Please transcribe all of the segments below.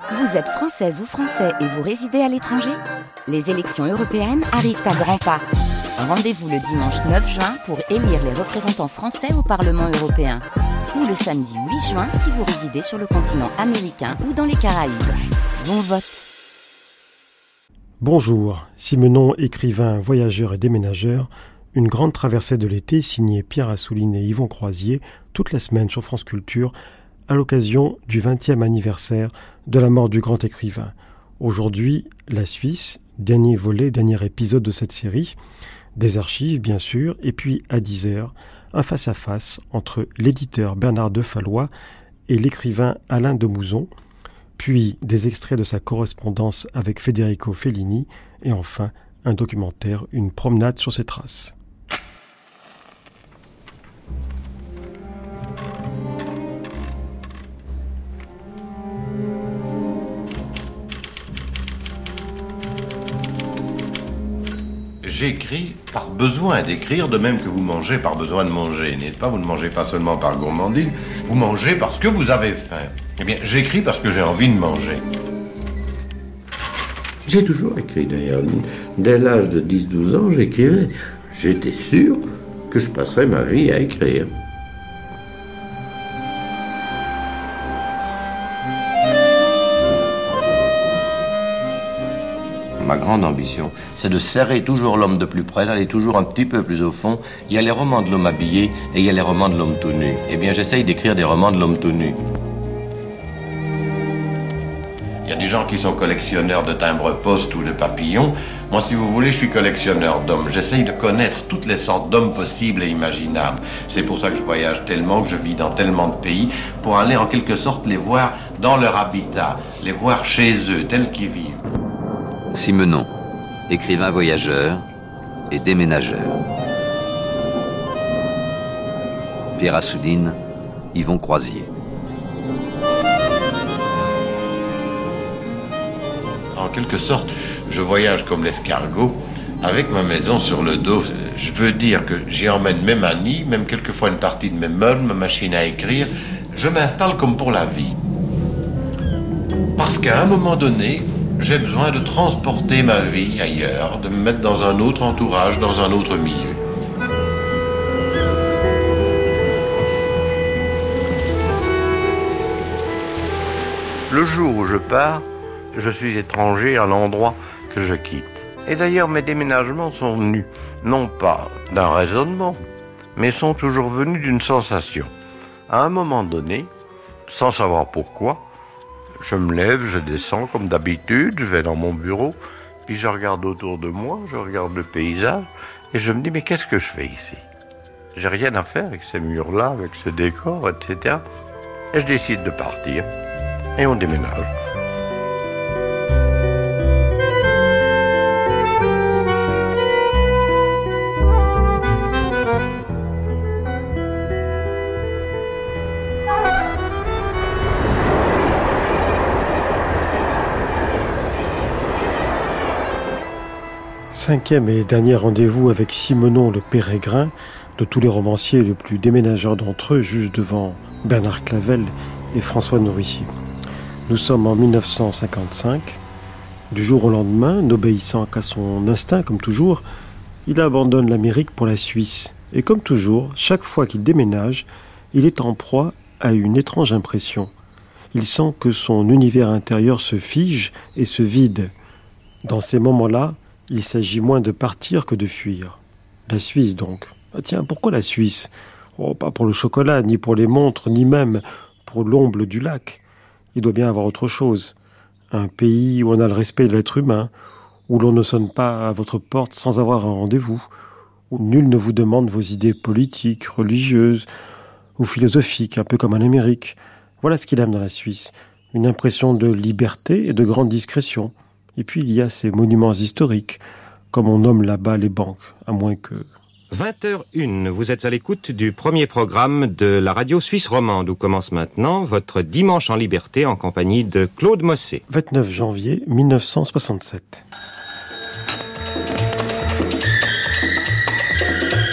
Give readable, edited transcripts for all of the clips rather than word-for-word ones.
Vous êtes française ou français et vous résidez à l'étranger ? Les élections européennes arrivent à grands pas. Rendez-vous le dimanche 9 juin pour élire les représentants français au Parlement européen. Ou le samedi 8 juin si vous résidez sur le continent américain ou dans les Caraïbes. Bon vote. Bonjour, Simenon, écrivain, voyageur et déménageur. Une grande traversée de l'été signée Pierre Assouline et Yvon Croisier toute la semaine sur France Culture à l'occasion du 20e anniversaire de la mort du grand écrivain. Aujourd'hui, la Suisse, dernier volet, dernier épisode de cette série, des archives bien sûr, et puis à 10h, un face-à-face entre l'éditeur Bernard Defallois et l'écrivain Alain Demouzon, puis des extraits de sa correspondance avec Federico Fellini, et enfin un documentaire, une promenade sur ses traces. J'écris par besoin d'écrire, de même que vous mangez par besoin de manger, n'est-ce pas ? Vous ne mangez pas seulement par gourmandise, vous mangez parce que vous avez faim. Eh bien, j'écris parce que j'ai envie de manger. J'ai toujours écrit d'ailleurs. Dès l'âge de 10-12 ans, j'écrivais. J'étais sûr que je passerais ma vie à écrire. Ma grande ambition, c'est de serrer toujours l'homme de plus près, d'aller toujours un petit peu plus au fond. Il y a les romans de l'homme habillé et il y a les romans de l'homme tout nu. Eh bien, j'essaye d'écrire des romans de l'homme tout nu. Il y a des gens qui sont collectionneurs de timbres-poste ou de papillons. Moi, si vous voulez, je suis collectionneur d'hommes. J'essaye de connaître toutes les sortes d'hommes possibles et imaginables. C'est pour ça que je voyage tellement, que je vis dans tellement de pays, pour aller en quelque sorte les voir dans leur habitat, les voir chez eux, tels qu'ils vivent. Simenon, écrivain voyageur et déménageur. Pierre Assouline, Yvon Croisier. En quelque sorte, je voyage comme l'escargot, avec ma maison sur le dos. Je veux dire que j'y emmène mes manies, même quelquefois une partie de mes meubles, ma machine à écrire. Je m'installe comme pour la vie. Parce qu'à un moment donné, j'ai besoin de transporter ma vie ailleurs, de me mettre dans un autre entourage, dans un autre milieu. Le jour où je pars, je suis étranger à l'endroit que je quitte. Et d'ailleurs, mes déménagements sont venus, non pas d'un raisonnement, mais sont toujours venus d'une sensation. À un moment donné, sans savoir pourquoi, je me lève, je descends comme d'habitude, je vais dans mon bureau, puis je regarde autour de moi, je regarde le paysage, et je me dis, mais qu'est-ce que je fais ici ? J'ai rien à faire avec ces murs-là, avec ce décor, etc. Et je décide de partir, et on déménage. Cinquième et dernier rendez-vous avec Simenon le Pérégrin, de tous les romanciers le plus déménageur d'entre eux, juste devant Bernard Clavel et François Nourricier. Nous sommes en 1955. Du jour au lendemain, n'obéissant qu'à son instinct comme toujours, il abandonne l'Amérique pour la Suisse. Et comme toujours, chaque fois qu'il déménage, il est en proie à une étrange impression. Il sent que son univers intérieur se fige et se vide. Dans ces moments-là, il s'agit moins de partir que de fuir. La Suisse donc. Ah tiens, pourquoi la Suisse ? Pas pour le chocolat, ni pour les montres, ni même pour l'omble du lac. Il doit bien avoir autre chose. Un pays où on a le respect de l'être humain, où l'on ne sonne pas à votre porte sans avoir un rendez-vous, où nul ne vous demande vos idées politiques, religieuses ou philosophiques, un peu comme en Amérique. Voilà ce qu'il aime dans la Suisse. Une impression de liberté et de grande discrétion. Et puis il y a ces monuments historiques, comme on nomme là-bas les banques, à moins que... 20h01, vous êtes à l'écoute du premier programme de la radio suisse romande, où commence maintenant votre Dimanche en liberté en compagnie de Claude Mossé. 29 janvier 1967. Oui, allô ?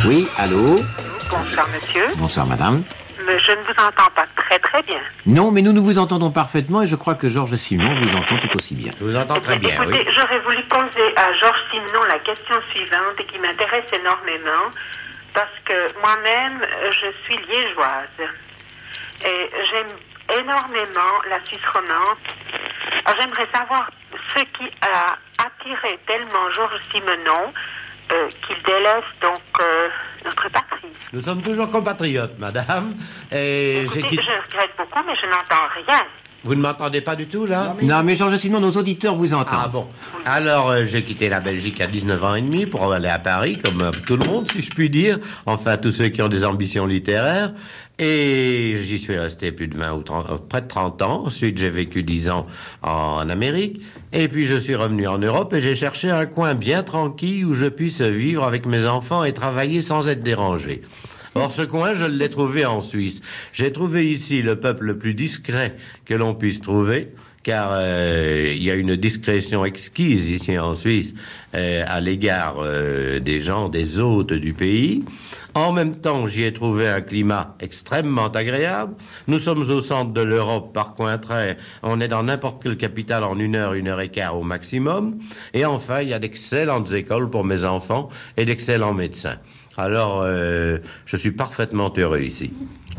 Bonsoir, monsieur. Bonsoir, madame. je ne vous entends pas très bien. Non, mais nous vous entendons parfaitement et je crois que Georges Simenon vous entend tout aussi bien. Je vous entends très bien, écoutez, oui. J'aurais voulu poser à Georges Simenon la question suivante et qui m'intéresse énormément parce que moi-même, je suis liégeoise et j'aime énormément la Suisse romande. Alors, j'aimerais savoir ce qui a attiré tellement Georges Simenon qu'il délaisse donc notre patrie. Nous sommes toujours compatriotes, madame. Et écoutez, je regrette beaucoup, mais je n'entends rien. Vous ne m'entendez pas du tout, là? Non, mais Georges Simenon, nos auditeurs vous entendent. Ah bon. Alors, j'ai quitté la Belgique à 19 ans et demi pour aller à Paris, comme tout le monde, si je puis dire. Enfin, tous ceux qui ont des ambitions littéraires. Et j'y suis resté plus de 20 ou 30, près de 30 ans. Ensuite, j'ai vécu 10 ans en Amérique. Et puis, je suis revenu en Europe et j'ai cherché un coin bien tranquille où je puisse vivre avec mes enfants et travailler sans être dérangé. Or, ce coin, je l'ai trouvé en Suisse. J'ai trouvé ici le peuple le plus discret que l'on puisse trouver, car il y a une discrétion exquise ici en Suisse à l'égard des gens, des hôtes du pays. En même temps, j'y ai trouvé un climat extrêmement agréable. Nous sommes au centre de l'Europe par coin trait. On est dans n'importe quelle capitale en 1 heure et quart au maximum. Et enfin, il y a d'excellentes écoles pour mes enfants et d'excellents médecins. Alors, je suis parfaitement heureux ici.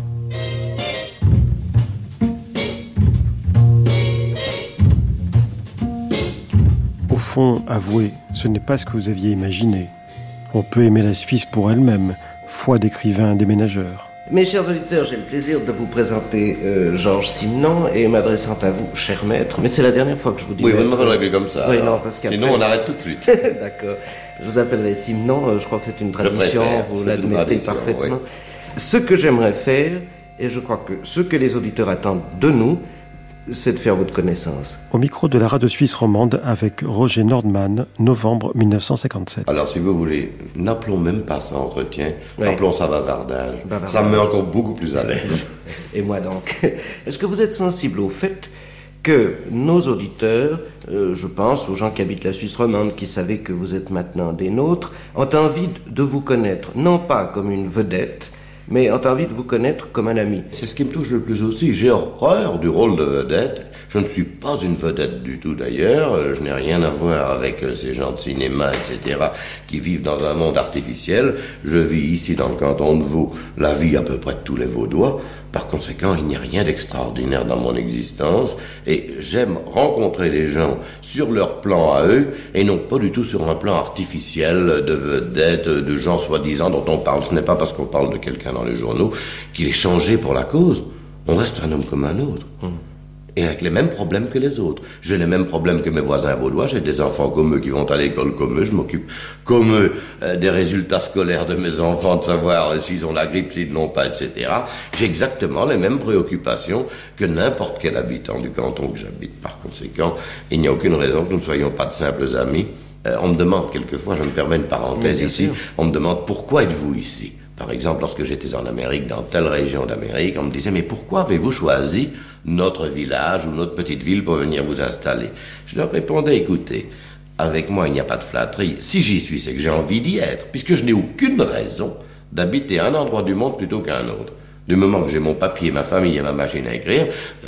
Au fond, avouez, ce n'est pas ce que vous aviez imaginé. On peut aimer la Suisse pour elle-même, foi d'écrivain déménageur. Mes chers auditeurs, j'ai le plaisir de vous présenter Georges Simenon et m'adressant à vous, cher maître. Mais c'est la dernière fois que je vous dis. Oui, vous ne me parlerez plus comme ça. Oui, non, parce qu'après... Sinon, on arrête tout de suite. D'accord. Je vous appellerai Simenon, je crois que c'est une tradition, vous l'admettez parfaitement. Oui. Ce que j'aimerais faire, et je crois que ce que les auditeurs attendent de nous, c'est de faire votre connaissance. Au micro de la radio suisse romande avec Roger Nordman, novembre 1957. Alors, si vous voulez, n'appelons même pas ça entretien, oui. Appelons ça bavardage. Ça me met encore beaucoup plus à l'aise. Et moi donc. Est-ce que vous êtes sensible au fait que nos auditeurs, je pense aux gens qui habitent la Suisse romande, qui savaient que vous êtes maintenant des nôtres, ont envie de vous connaître, non pas comme une vedette, mais ont envie de vous connaître comme un ami. C'est ce qui me touche le plus aussi. J'ai horreur du rôle de vedette. Je ne suis pas une vedette du tout d'ailleurs. Je n'ai rien à voir avec ces gens de cinéma, etc., qui vivent dans un monde artificiel. Je vis ici dans le canton de Vaud, la vie à peu près de tous les Vaudois. Par conséquent, il n'y a rien d'extraordinaire dans mon existence et j'aime rencontrer les gens sur leur plan à eux et non pas du tout sur un plan artificiel de vedettes, de gens soi-disant dont on parle. Ce n'est pas parce qu'on parle de quelqu'un dans les journaux qu'il est changé pour la cause. On reste un homme comme un autre. Et avec les mêmes problèmes que les autres. J'ai les mêmes problèmes que mes voisins vaudois, j'ai des enfants comme eux qui vont à l'école comme eux, je m'occupe comme eux des résultats scolaires de mes enfants, de savoir s'ils ont la grippe, s'ils n'ont pas, etc. J'ai exactement les mêmes préoccupations que n'importe quel habitant du canton que j'habite. Par conséquent, il n'y a aucune raison que nous ne soyons pas de simples amis. On me demande quelquefois, je me permets une parenthèse ici, on me demande pourquoi êtes-vous ici ? Par exemple, lorsque j'étais en Amérique, dans telle région d'Amérique, on me disait, mais pourquoi avez-vous choisi notre village ou notre petite ville pour venir vous installer? Je leur répondais, écoutez, avec moi, il n'y a pas de flatterie. Si j'y suis, c'est que j'ai envie d'y être, puisque je n'ai aucune raison d'habiter un endroit du monde plutôt qu'un autre. Du moment que j'ai mon papier, ma famille et ma machine à écrire,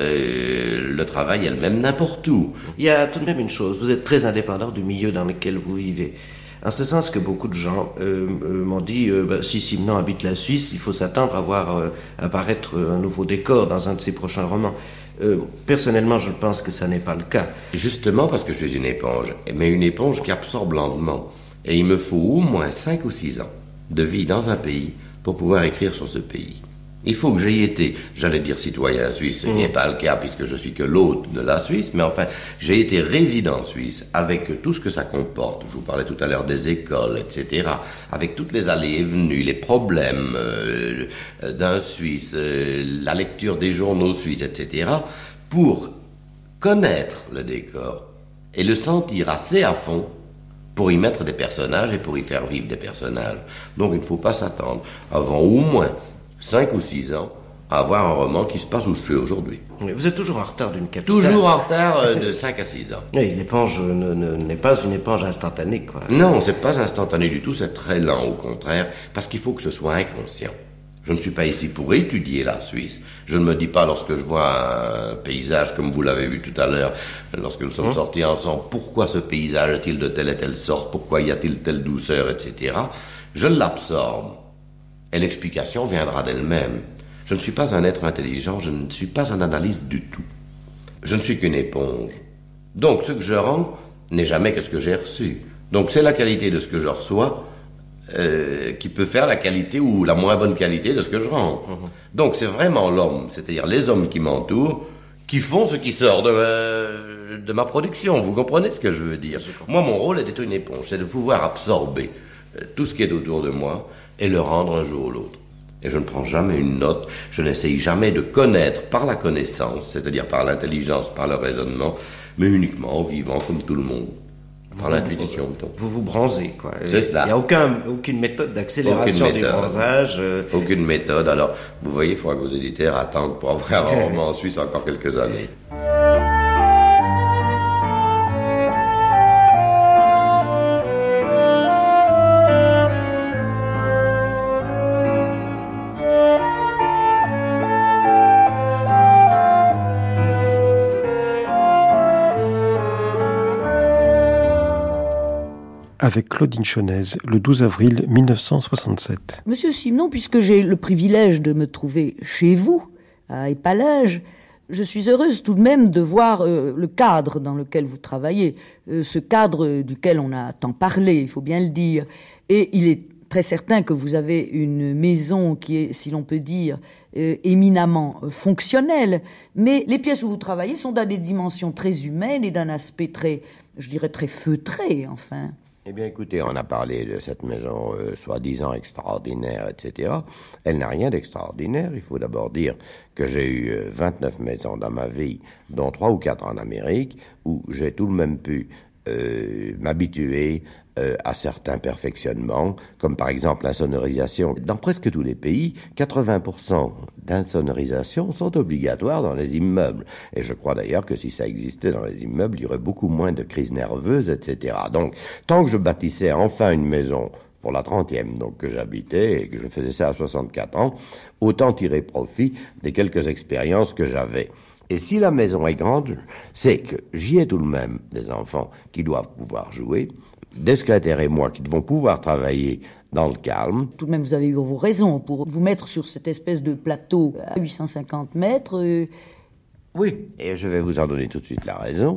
le travail est le même n'importe où. Il y a tout de même une chose, vous êtes très indépendant du milieu dans lequel vous vivez. En ce sens que beaucoup de gens m'ont dit si Simenon habite la Suisse, il faut s'attendre à voir apparaître un nouveau décor dans un de ses prochains romans. Personnellement, je pense que ça n'est pas le cas. Justement parce que je suis une éponge, mais une éponge qui absorbe lentement. Et il me faut au moins 5 ou 6 ans de vie dans un pays pour pouvoir écrire sur ce pays. Il faut que j'aie été, j'allais dire citoyen suisse, ce n'est pas le cas puisque je suis que l'hôte de la Suisse, mais enfin, j'ai été résident suisse avec tout ce que ça comporte. Je vous parlais tout à l'heure des écoles, etc., avec toutes les allées et venues, les problèmes d'un Suisse, la lecture des journaux suisses, etc., pour connaître le décor et le sentir assez à fond pour y mettre des personnages et pour y faire vivre des personnages. Donc il ne faut pas s'attendre avant au moins 5 ou 6 ans à avoir un roman qui se passe où je suis aujourd'hui. Vous êtes toujours en retard d'une capitale. Toujours en retard de 5 à 6 ans. Oui, l'éponge n'est pas une éponge instantanée, quoi. Non, c'est pas instantané du tout, c'est très lent au contraire, parce qu'il faut que ce soit inconscient. Je ne suis pas ici pour étudier la Suisse. Je ne me dis pas, lorsque je vois un paysage comme vous l'avez vu tout à l'heure, lorsque nous sommes sortis ensemble, pourquoi ce paysage est-il de telle et telle sorte, pourquoi y a-t-il telle douceur, etc. Je l'absorbe. Et l'explication viendra d'elle-même. Je ne suis pas un être intelligent, je ne suis pas un analyste du tout. Je ne suis qu'une éponge. Donc ce que je rends n'est jamais que ce que j'ai reçu. Donc c'est la qualité de ce que je reçois qui peut faire la qualité ou la moins bonne qualité de ce que je rends. Donc c'est vraiment l'homme, c'est-à-dire les hommes qui m'entourent, qui font ce qui sort de ma production. Vous comprenez ce que je veux dire? Moi, mon rôle est d'être une éponge, c'est de pouvoir absorber tout ce qui est autour de moi et le rendre un jour ou l'autre. Et je ne prends jamais une note, je n'essaye jamais de connaître par la connaissance, c'est-à-dire par l'intelligence, par le raisonnement, mais uniquement en vivant comme tout le monde. Par l'intuition. Vous vous bronzez, quoi. C'est cela. Il n'y a aucune méthode d'accélération du bronzage. Aucune méthode. Alors, vous voyez, il faudra que vos éditeurs attendent pour avoir un roman en Suisse encore quelques années. Avec Claudine Chonez, le 12 avril 1967. Monsieur Simenon, puisque j'ai le privilège de me trouver chez vous, à Épalinges, je suis heureuse tout de même de voir le cadre dans lequel vous travaillez, ce cadre duquel on a tant parlé, il faut bien le dire. Et il est très certain que vous avez une maison qui est, si l'on peut dire, éminemment fonctionnelle, mais les pièces où vous travaillez sont dans des dimensions très humaines et d'un aspect très, je dirais, très feutré, enfin. Eh bien, écoutez, on a parlé de cette maison soi-disant extraordinaire, etc. Elle n'a rien d'extraordinaire. Il faut d'abord dire que j'ai eu 29 maisons dans ma vie, dont 3 ou 4 en Amérique, où j'ai tout de même pu m'habituer à certains perfectionnements, comme par exemple l'insonorisation. Dans presque tous les pays, 80% d'insonorisation sont obligatoires dans les immeubles. Et je crois d'ailleurs que si ça existait dans les immeubles, il y aurait beaucoup moins de crises nerveuses, etc. Donc, tant que je bâtissais enfin une maison pour la 30e, donc que j'habitais et que je faisais ça à 64 ans, autant tirer profit des quelques expériences que j'avais. Et si la maison est grande, c'est que j'y ai tout de même des enfants qui doivent pouvoir jouer, des secrétaires et moi qui devons pouvoir travailler dans le calme. Tout de même, vous avez eu vos raisons pour vous mettre sur cette espèce de plateau à 850 mètres. Oui, et je vais vous en donner tout de suite la raison.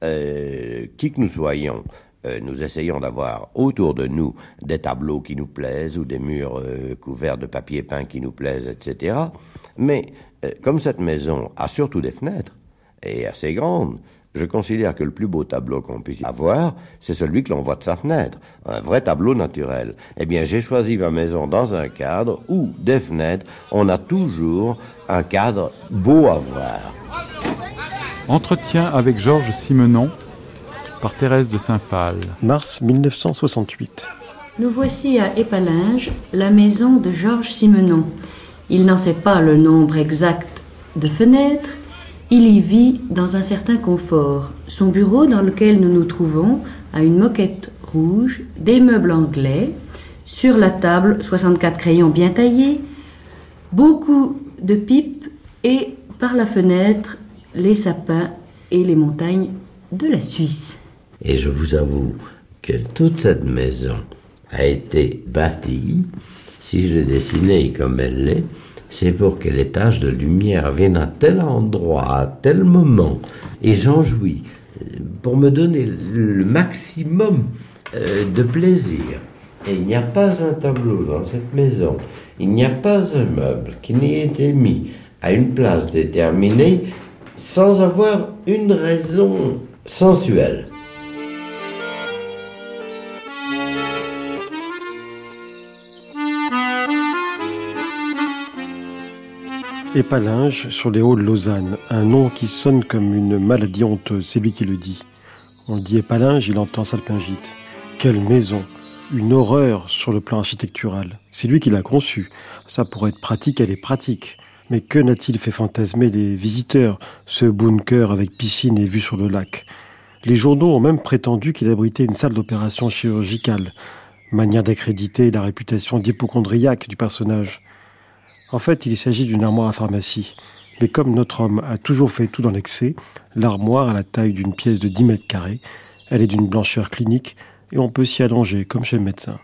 Qui que nous soyons, nous essayons d'avoir autour de nous des tableaux qui nous plaisent ou des murs couverts de papier peint qui nous plaisent, etc. Mais comme cette maison a surtout des fenêtres et assez grandes, je considère que le plus beau tableau qu'on puisse avoir, c'est celui que l'on voit de sa fenêtre, un vrai tableau naturel. Eh bien, j'ai choisi ma maison dans un cadre où, des fenêtres, on a toujours un cadre beau à voir. Entretien avec Georges Simenon, par Thérèse de Saint-Phal. Mars 1968. Nous voici à Épalinges, la maison de Georges Simenon. Il n'en sait pas le nombre exact de fenêtres. Il y vit dans un certain confort. Son bureau dans lequel nous nous trouvons a une moquette rouge, des meubles anglais, sur la table 64 crayons bien taillés, beaucoup de pipes et par la fenêtre les sapins et les montagnes de la Suisse. Et je vous avoue que toute cette maison a été bâtie, si je l'ai dessinée comme elle l'est, c'est pour que les taches de lumière viennent à tel endroit, à tel moment, et j'en jouis, pour me donner le maximum de plaisir. Et il n'y a pas un tableau dans cette maison, il n'y a pas un meuble qui n'ait été mis à une place déterminée sans avoir une raison sensuelle. Épalinges, sur les hauts de Lausanne, un nom qui sonne comme une maladie honteuse, c'est lui qui le dit. On le dit Épalinges, il entend salpingite. Quelle maison! Une horreur sur le plan architectural. C'est lui qui l'a conçue. Ça, pour être pratique, elle est pratique. Mais que n'a-t-il fait fantasmer les visiteurs, ce bunker avec piscine et vue sur le lac? Les journaux ont même prétendu qu'il abritait une salle d'opération chirurgicale. Manière d'accréditer la réputation d'hypocondriaque du personnage. En fait, il s'agit d'une armoire à pharmacie. Mais comme notre homme a toujours fait tout dans l'excès, l'armoire a la taille d'une pièce de 10 mètres carrés. Elle est d'une blancheur clinique et on peut s'y allonger comme chez le médecin.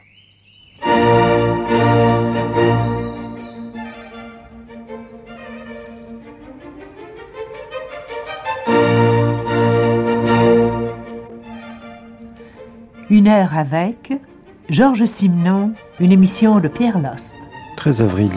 Une heure avec Georges Simenon, une émission de Pierre Lost. 13 avril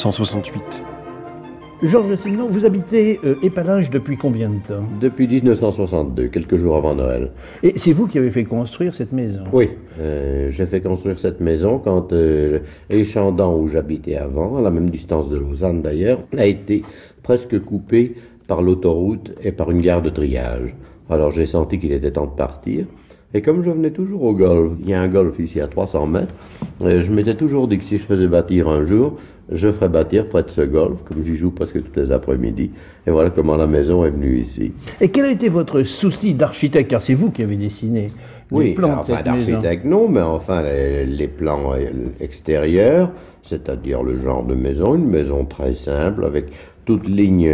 1968. Georges Simenon, vous habitez Épalinges depuis combien de temps? Depuis 1962, quelques jours avant Noël. Et c'est vous qui avez fait construire cette maison? Oui, j'ai fait construire cette maison quand Échandon, où j'habitais avant, à la même distance de Lausanne d'ailleurs, a été presque coupé par l'autoroute et par une gare de triage. Alors j'ai senti qu'il était temps de partir. Et comme je venais toujours au golf, il y a un golf ici à 300 mètres, je m'étais toujours dit que si je faisais bâtir un jour, je ferais bâtir près de ce golf, comme j'y joue presque tous les après-midi. Et voilà comment la maison est venue ici. Et quel a été votre souci d'architecte? Car c'est vous qui avez dessiné les plans de cette maison. Oui, d'architecte non, mais enfin les plans extérieurs, c'est-à-dire le genre de maison, une maison très simple, avec toute ligne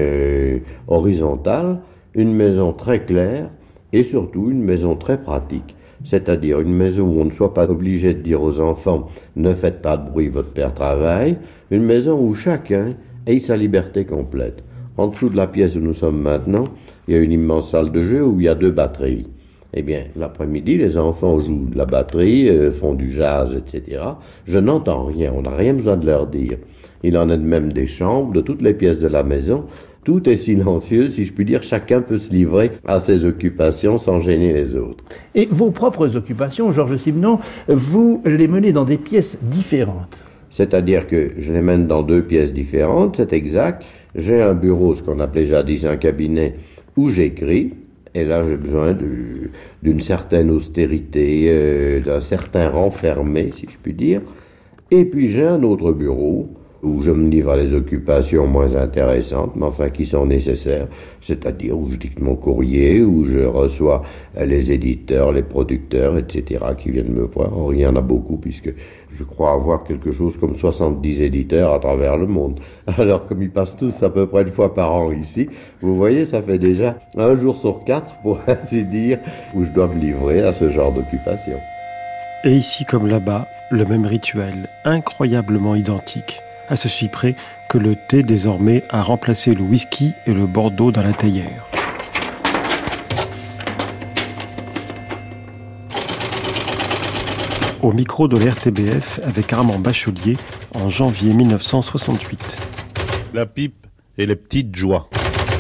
horizontale, une maison très claire, et surtout une maison très pratique, c'est-à-dire une maison où on ne soit pas obligé de dire aux enfants « ne faites pas de bruit, votre père travaille », une maison où chacun ait sa liberté complète. En dessous de la pièce où nous sommes maintenant, il y a une immense salle de jeu où il y a 2 batteries. Eh bien, l'après-midi, les enfants jouent de la batterie, font du jazz, etc. Je n'entends rien, on n'a rien besoin de leur dire. Il en est de même des chambres, de toutes les pièces de la maison. Tout est silencieux, si je puis dire, chacun peut se livrer à ses occupations sans gêner les autres. Et vos propres occupations, Georges Simenon, vous les menez dans des pièces différentes? C'est-à-dire que je les mène dans 2 pièces différentes, c'est exact. J'ai un bureau, ce qu'on appelait jadis un cabinet, où j'écris, et là j'ai besoin d'une certaine austérité, d'un certain renfermé, si je puis dire. Et puis j'ai un autre bureau, où je me livre à les occupations moins intéressantes, mais enfin qui sont nécessaires, c'est-à-dire où je dicte mon courrier, où je reçois les éditeurs, les producteurs, etc., qui viennent me voir. Or, il y en a beaucoup, puisque je crois avoir quelque chose comme 70 éditeurs à travers le monde. Alors, comme ils passent tous à peu près une fois par an ici, vous voyez, ça fait déjà 1 jour sur 4, pour ainsi dire, où je dois me livrer à ce genre d'occupation. Et ici comme là-bas, le même rituel, incroyablement identique. À ceci près que le thé désormais a remplacé le whisky et le bordeaux dans la théière. Au micro de l'RTBF avec Armand Bachelier en janvier 1968. La pipe et les petites joies.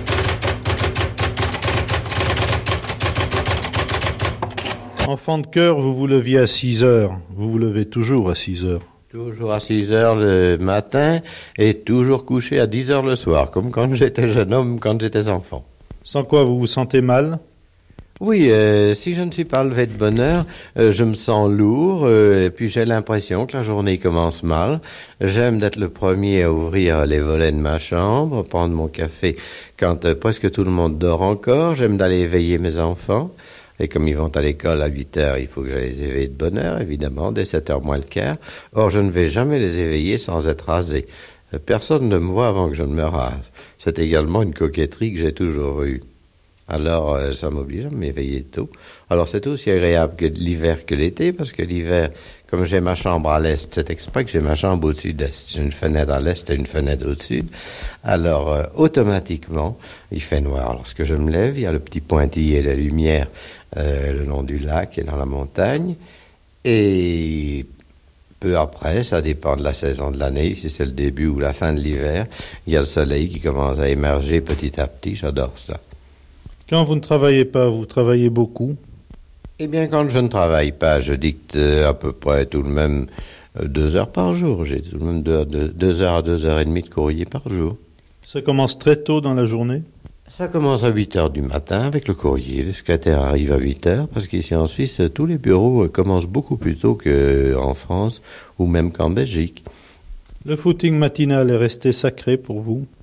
Enfant de cœur, vous vous leviez à 6 heures. Vous vous levez toujours à 6 heures. Toujours à 6 heures le matin et toujours couché à 10 heures le soir, comme quand j'étais jeune homme, quand j'étais enfant. Sans quoi vous vous sentez mal? Oui, si je ne suis pas levé de bonne heure, je me sens lourd et puis j'ai l'impression que la journée commence mal. J'aime d'être le premier à ouvrir les volets de ma chambre, prendre mon café quand presque tout le monde dort encore. J'aime d'aller éveiller mes enfants. Et comme ils vont à l'école à 8 heures, il faut que je les éveille de bonne heure, évidemment, dès 7 heures moins le quart. Or, je ne vais jamais les éveiller sans être rasé. Personne ne me voit avant que je ne me rase. C'est également une coquetterie que j'ai toujours eue. Alors, ça m'oblige à m'éveiller tôt. Alors, c'est aussi agréable que l'hiver que l'été, parce que l'hiver, comme j'ai ma chambre à l'est, c'est exprès que j'ai ma chambre au sud-est. J'ai une fenêtre à l'est et une fenêtre au sud. Alors, automatiquement, il fait noir. Lorsque je me lève, il y a le petit pointillé de lumière le long du lac et dans la montagne. Et peu après, ça dépend de la saison de l'année, si c'est le début ou la fin de l'hiver, il y a le soleil qui commence à émerger petit à petit. J'adore cela. Quand vous ne travaillez pas, vous travaillez beaucoup? Eh bien, quand je ne travaille pas, je dicte à peu près tout de même 2 heures par jour. J'ai tout de même 2 heures à 2 heures et demie de courrier par jour. Ça commence très tôt dans la journée? Ça commence à 8 heures du matin avec le courrier. Les secrétaires arrivent à 8 heures parce qu'ici en Suisse, tous les bureaux commencent beaucoup plus tôt qu'en France ou même qu'en Belgique. Le footing matinal est resté sacré pour vous?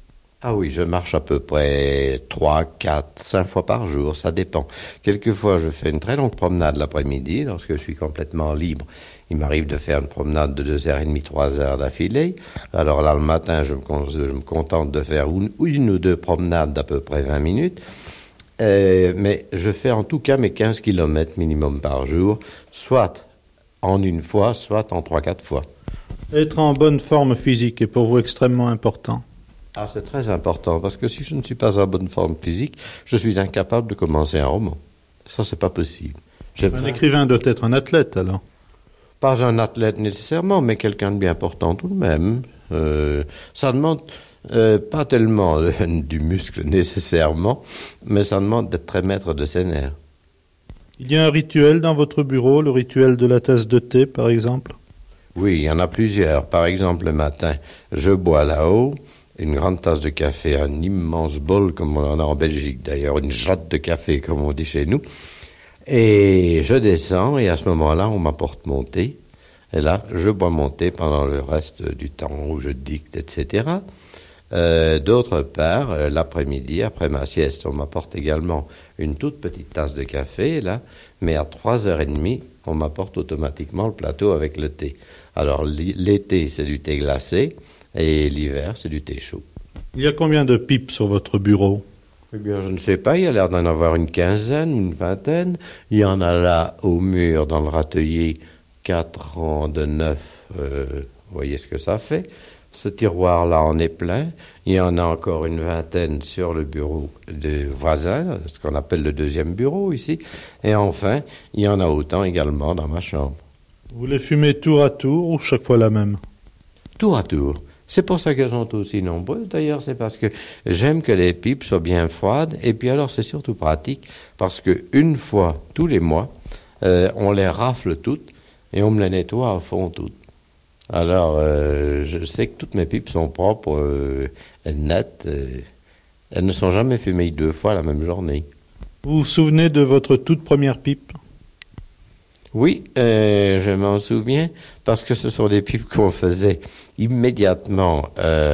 Ah oui, je marche à peu près 3, 4, 5 fois par jour, ça dépend. Quelquefois, je fais une très longue promenade l'après-midi, lorsque je suis complètement libre. Il m'arrive de faire une promenade de 2h30, 3h d'affilée. Alors là, le matin, je me contente de faire une ou deux promenades d'à peu près 20 minutes. Mais je fais en tout cas mes 15 km minimum par jour, soit en une fois, soit en 3-4 fois. Être en bonne forme physique est pour vous extrêmement important. Ah, c'est très important, parce que si je ne suis pas en bonne forme physique, je suis incapable de commencer un roman. Ça, c'est pas possible. Un écrivain doit être un athlète, alors? Pas un athlète nécessairement, mais quelqu'un de bien portant tout de même. Ça demande pas tellement du muscle nécessairement, mais ça demande d'être très maître de ses nerfs. Il y a un rituel dans votre bureau, le rituel de la tasse de thé, par exemple? Oui, il y en a plusieurs. Par exemple, le matin, je bois là-haut une grande tasse de café, un immense bol, comme on en a en Belgique d'ailleurs, une jatte de café, comme on dit chez nous. Et je descends, et à ce moment-là, on m'apporte mon thé. Et là, je bois mon thé pendant le reste du temps où je dicte, etc. D'autre part, l'après-midi, après ma sieste, on m'apporte également une toute petite tasse de café, là, mais à 3h30, on m'apporte automatiquement le plateau avec le thé. Alors, l'été, c'est du thé glacé, et l'hiver, c'est du thé chaud. Il y a combien de pipes sur votre bureau? Eh bien, je ne sais pas, il y a l'air d'en avoir une quinzaine, une vingtaine. Il y en a là, au mur, dans le râtelier, 4 rangs de 9. Vous voyez ce que ça fait. Ce tiroir-là en est plein. Il y en a encore une vingtaine sur le bureau des voisins, ce qu'on appelle le deuxième bureau ici. Et enfin, il y en a autant également dans ma chambre. Vous les fumez tour à tour ou chaque fois la même? Tour à tour. C'est pour ça qu'elles sont aussi nombreuses. D'ailleurs, c'est parce que j'aime que les pipes soient bien froides. Et puis alors, c'est surtout pratique parce qu'une fois tous les mois, on les rafle toutes et on me les nettoie à fond toutes. Alors, je sais que toutes mes pipes sont propres, nettes. Elles ne sont jamais fumées 2 fois la même journée. Vous vous souvenez de votre toute première pipe? Oui, je m'en souviens parce que ce sont des pipes qu'on faisait immédiatement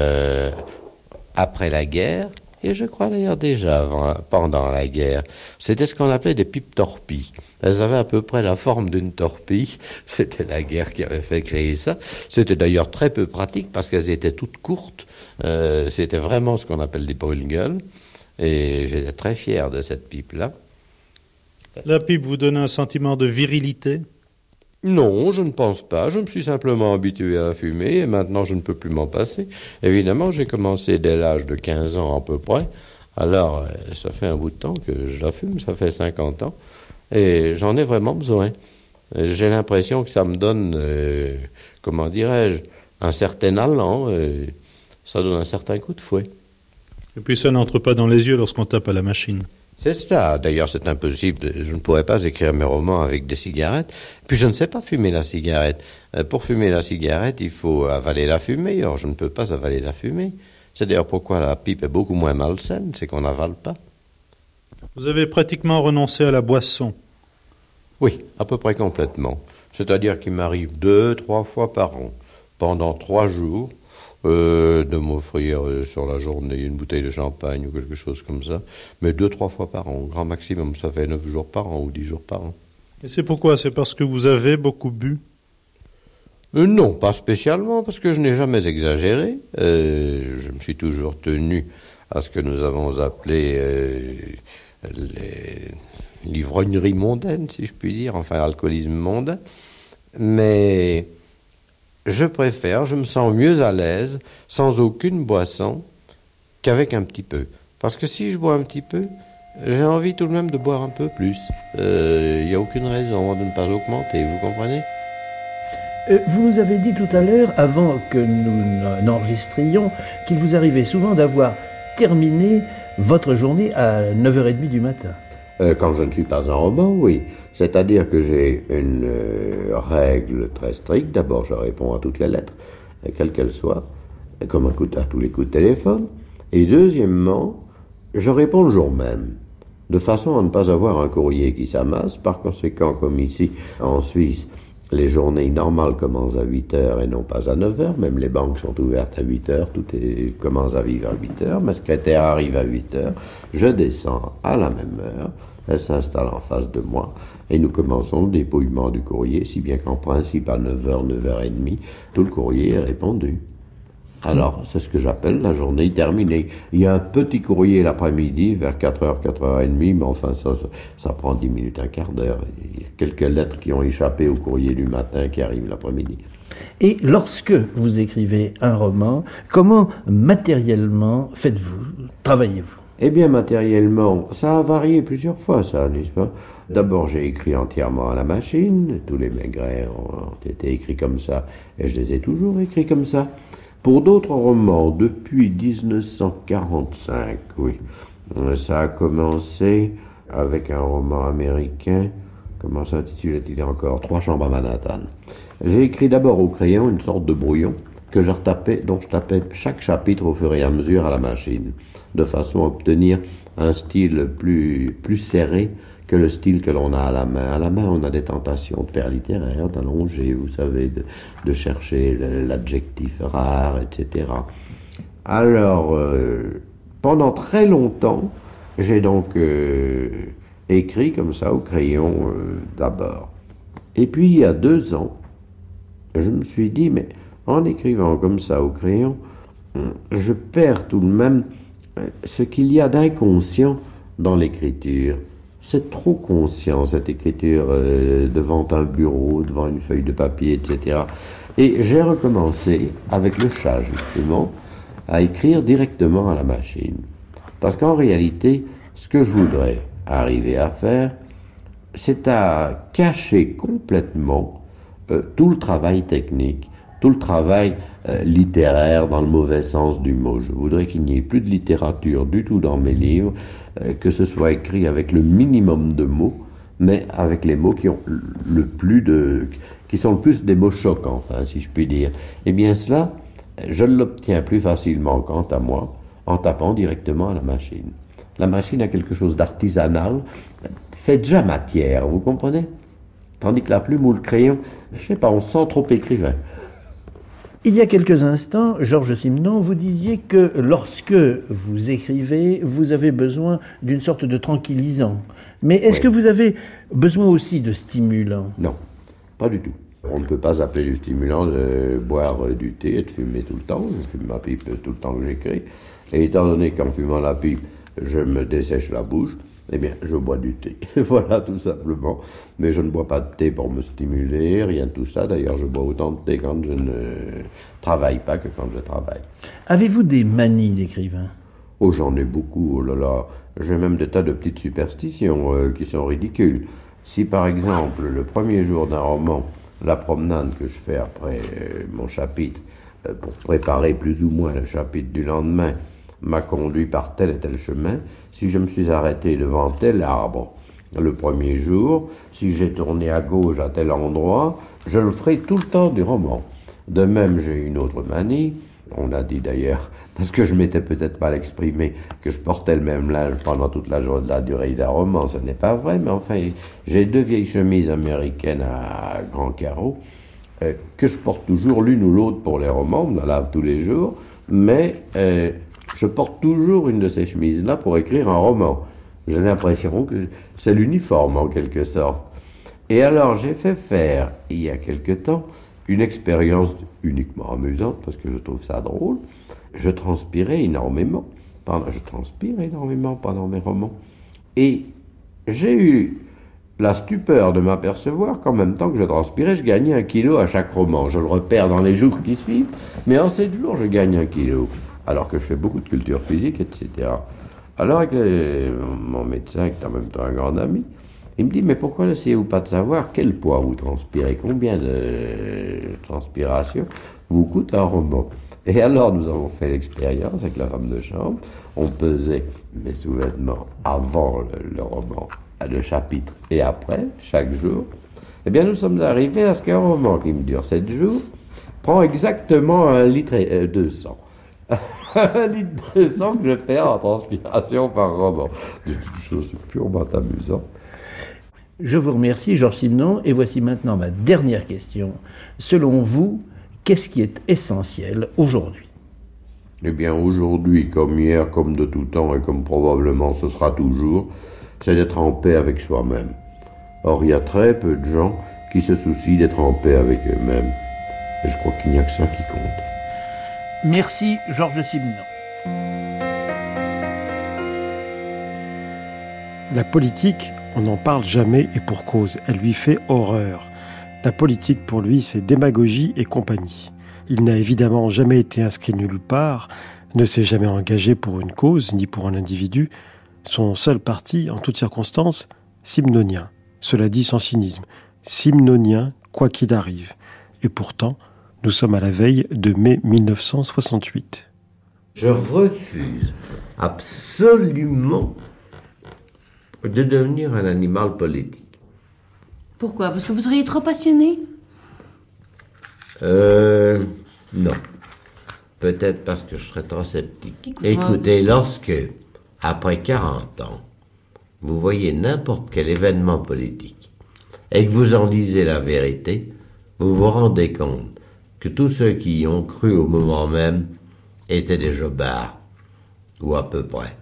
après la guerre et je crois d'ailleurs déjà pendant la guerre. C'était ce qu'on appelait des pipes torpilles. Elles avaient à peu près la forme d'une torpille. C'était la guerre qui avait fait créer ça. C'était d'ailleurs très peu pratique parce qu'elles étaient toutes courtes. C'était vraiment ce qu'on appelle des brûle-gueules et j'étais très fier de cette pipe-là. La pipe vous donne un sentiment de virilité? Non, je ne pense pas. Je me suis simplement habitué à fumer et maintenant je ne peux plus m'en passer. Évidemment, j'ai commencé dès l'âge de 15 ans à peu près. Alors, ça fait un bout de temps que je la fume, ça fait 50 ans. Et j'en ai vraiment besoin. J'ai l'impression que ça me donne, comment dirais-je, un certain allant. Ça donne un certain coup de fouet. Et puis ça n'entre pas dans les yeux lorsqu'on tape à la machine. C'est ça. D'ailleurs, c'est impossible. Je ne pourrais pas écrire mes romans avec des cigarettes. Puis je ne sais pas fumer la cigarette. Pour fumer la cigarette, il faut avaler la fumée. Or, je ne peux pas avaler la fumée. C'est d'ailleurs pourquoi la pipe est beaucoup moins malsaine, c'est qu'on n'avale pas. Vous avez pratiquement renoncé à la boisson? Oui, à peu près complètement. C'est-à-dire qu'il m'arrive 2-3 fois par an, pendant 3 jours, de m'offrir sur la journée une bouteille de champagne ou quelque chose comme ça. Mais 2-3 fois par an, grand maximum, ça fait 9 jours par an ou 10 jours par an. Et c'est pourquoi? C'est parce que vous avez beaucoup bu? Non, pas spécialement, parce que je n'ai jamais exagéré. Je me suis toujours tenu à ce que nous avons appelé l'ivrognerie mondaine, si je puis dire, enfin l'alcoolisme mondain. Mais je me sens mieux à l'aise, sans aucune boisson, qu'avec un petit peu. Parce que si je bois un petit peu, j'ai envie tout de même de boire un peu plus. Il n'y a aucune raison de ne pas augmenter, vous comprenez? Vous nous avez dit tout à l'heure, avant que nous n'enregistrions, qu'il vous arrivait souvent d'avoir terminé votre journée à 9h30 du matin. Quand je ne suis pas en roman, oui. C'est-à-dire que j'ai une règle très stricte. D'abord, je réponds à toutes les lettres, quelles qu'elles soient, comme à tous les coups de téléphone. Et deuxièmement, je réponds le jour même, de façon à ne pas avoir un courrier qui s'amasse. Par conséquent, comme ici, en Suisse, Les journées normales commencent à 8 heures et non pas à 9 heures. Même les banques sont ouvertes à 8 heures. Commence à vivre à 8 heures. Ma secrétaire arrive à 8 heures. Je descends à la même heure. Elle s'installe en face de moi. Et nous commençons le dépouillement du courrier, si bien qu'en principe, à 9h, 9h30, tout le courrier est répondu. Alors, c'est ce que j'appelle la journée terminée. Il y a un petit courrier l'après-midi, vers 4h, 4h30, mais enfin, ça prend 10 minutes, un quart d'heure. Il y a quelques lettres qui ont échappé au courrier du matin qui arrivent l'après-midi. Et lorsque vous écrivez un roman, comment matériellement faites-vous, travaillez-vous? Eh bien, matériellement, ça a varié plusieurs fois, ça, n'est-ce pas? D'abord, j'ai écrit entièrement à la machine. Tous les Maigret ont été écrits comme ça, et je les ai toujours écrits comme ça. Pour d'autres romans, depuis 1945, oui, ça a commencé avec un roman américain. Comment s'intitulait-il encore? 3 chambres à Manhattan. J'ai écrit d'abord au crayon une sorte de brouillon que je retapais, dont je tapais chaque chapitre au fur et à mesure à la machine, de façon à obtenir un style plus serré que le style que l'on a à la main. À la main, on a des tentations de faire littéraire, d'allonger, vous savez, de chercher l'adjectif rare, etc. Alors, pendant très longtemps, j'ai donc écrit comme ça au crayon d'abord. Et puis, il y a 2 ans, je me suis dit, mais en écrivant comme ça au crayon, je perds tout de même ce qu'il y a d'inconscient dans l'écriture. C'est trop conscient, cette écriture devant un bureau, devant une feuille de papier, etc. Et j'ai recommencé, avec le chat justement, à écrire directement à la machine. Parce qu'en réalité, ce que je voudrais arriver à faire, c'est à cacher complètement tout le travail technique, tout le travail littéraire dans le mauvais sens du mot. Je voudrais qu'il n'y ait plus de littérature du tout dans mes livres, que ce soit écrit avec le minimum de mots, mais avec les mots qui ont qui sont le plus des mots choquants, enfin, si je puis dire. Eh bien cela, je l'obtiens plus facilement, quant à moi, en tapant directement à la machine. La machine a quelque chose d'artisanal, fait déjà matière, vous comprenez? Tandis que la plume ou le crayon, je sais pas, on sent trop écrivain. Il y a quelques instants, Georges Simenon, vous disiez que lorsque vous écrivez, vous avez besoin d'une sorte de tranquillisant. Mais est-ce que vous avez besoin aussi de stimulant? Non, pas du tout. On ne peut pas appeler du stimulant de boire du thé et de fumer tout le temps. Je fume ma pipe tout le temps que j'écris. Et étant donné qu'en fumant la pipe, je me dessèche la bouche, eh bien, je bois du thé. Voilà, tout simplement. Mais je ne bois pas de thé pour me stimuler, rien de tout ça. D'ailleurs, je bois autant de thé quand je ne travaille pas que quand je travaille. Avez-vous des manies d'écrivain? Oh, j'en ai beaucoup, oh là là. J'ai même des tas de petites superstitions qui sont ridicules. Si, par exemple, le premier jour d'un roman, la promenade que je fais après mon chapitre, pour préparer plus ou moins le chapitre du lendemain, m'a conduit par tel et tel chemin, si je me suis arrêté devant tel arbre le premier jour, si j'ai tourné à gauche à tel endroit, je le ferai tout le temps du roman. De même, j'ai une autre manie, on a dit d'ailleurs, parce que je m'étais peut-être mal exprimé, que je portais le même linge pendant toute la durée d'un roman, ce n'est pas vrai, mais enfin, j'ai 2 vieilles chemises américaines à grands carreaux, que je porte toujours l'une ou l'autre pour les romans, on la lave tous les jours, mais je porte toujours une de ces chemises-là pour écrire un roman. J'ai l'impression que c'est l'uniforme en quelque sorte. Et alors j'ai fait faire, il y a quelque temps, une expérience uniquement amusante, parce que je trouve ça drôle. Je transpire énormément pendant mes romans. Et j'ai eu la stupeur de m'apercevoir qu'en même temps que je transpirais, je gagnais 1 kilo à chaque roman. Je le repère dans les jours qui suivent, mais en 7 jours, je gagne 1 kilo. Alors que je fais beaucoup de culture physique, etc. Alors avec mon médecin, qui est en même temps un grand ami, il me dit, mais pourquoi n'essayez-vous pas de savoir quel poids vous transpirez, combien de transpiration vous coûte un roman? Et alors nous avons fait l'expérience avec la femme de chambre, on pesait mes sous-vêtements avant le roman, le chapitre, et après, chaque jour. Eh bien nous sommes arrivés à ce qu'un roman qui me dure 7 jours prend exactement 1 litre et 200. 1 litre 200 que je perds en transpiration par roman. C'est purement amusant. Je vous remercie, Georges Simenon, et voici maintenant ma dernière question. Selon vous, qu'est-ce qui est essentiel aujourd'hui? Eh bien, aujourd'hui, comme hier, comme de tout temps, et comme probablement ce sera toujours, c'est d'être en paix avec soi-même. Or, il y a très peu de gens qui se soucient d'être en paix avec eux-mêmes. Et je crois qu'il n'y a que ça qui compte. Merci, Georges Simenon. La politique, on n'en parle jamais et pour cause. Elle lui fait horreur. La politique, pour lui, c'est démagogie et compagnie. Il n'a évidemment jamais été inscrit nulle part, ne s'est jamais engagé pour une cause, ni pour un individu. Son seul parti, en toutes circonstances, simnonien. Cela dit sans cynisme. Simnonien, quoi qu'il arrive. Et pourtant, nous sommes à la veille de mai 1968. Je refuse absolument de devenir un animal politique. Pourquoi? Parce que vous seriez trop passionné? Non. Peut-être parce que je serais trop sceptique. Écoutez, Écoutez, lorsque, après 40 ans, vous voyez n'importe quel événement politique et que vous en lisez la vérité, vous vous rendez compte que tous ceux qui y ont cru au moment même étaient des jobards, ou à peu près.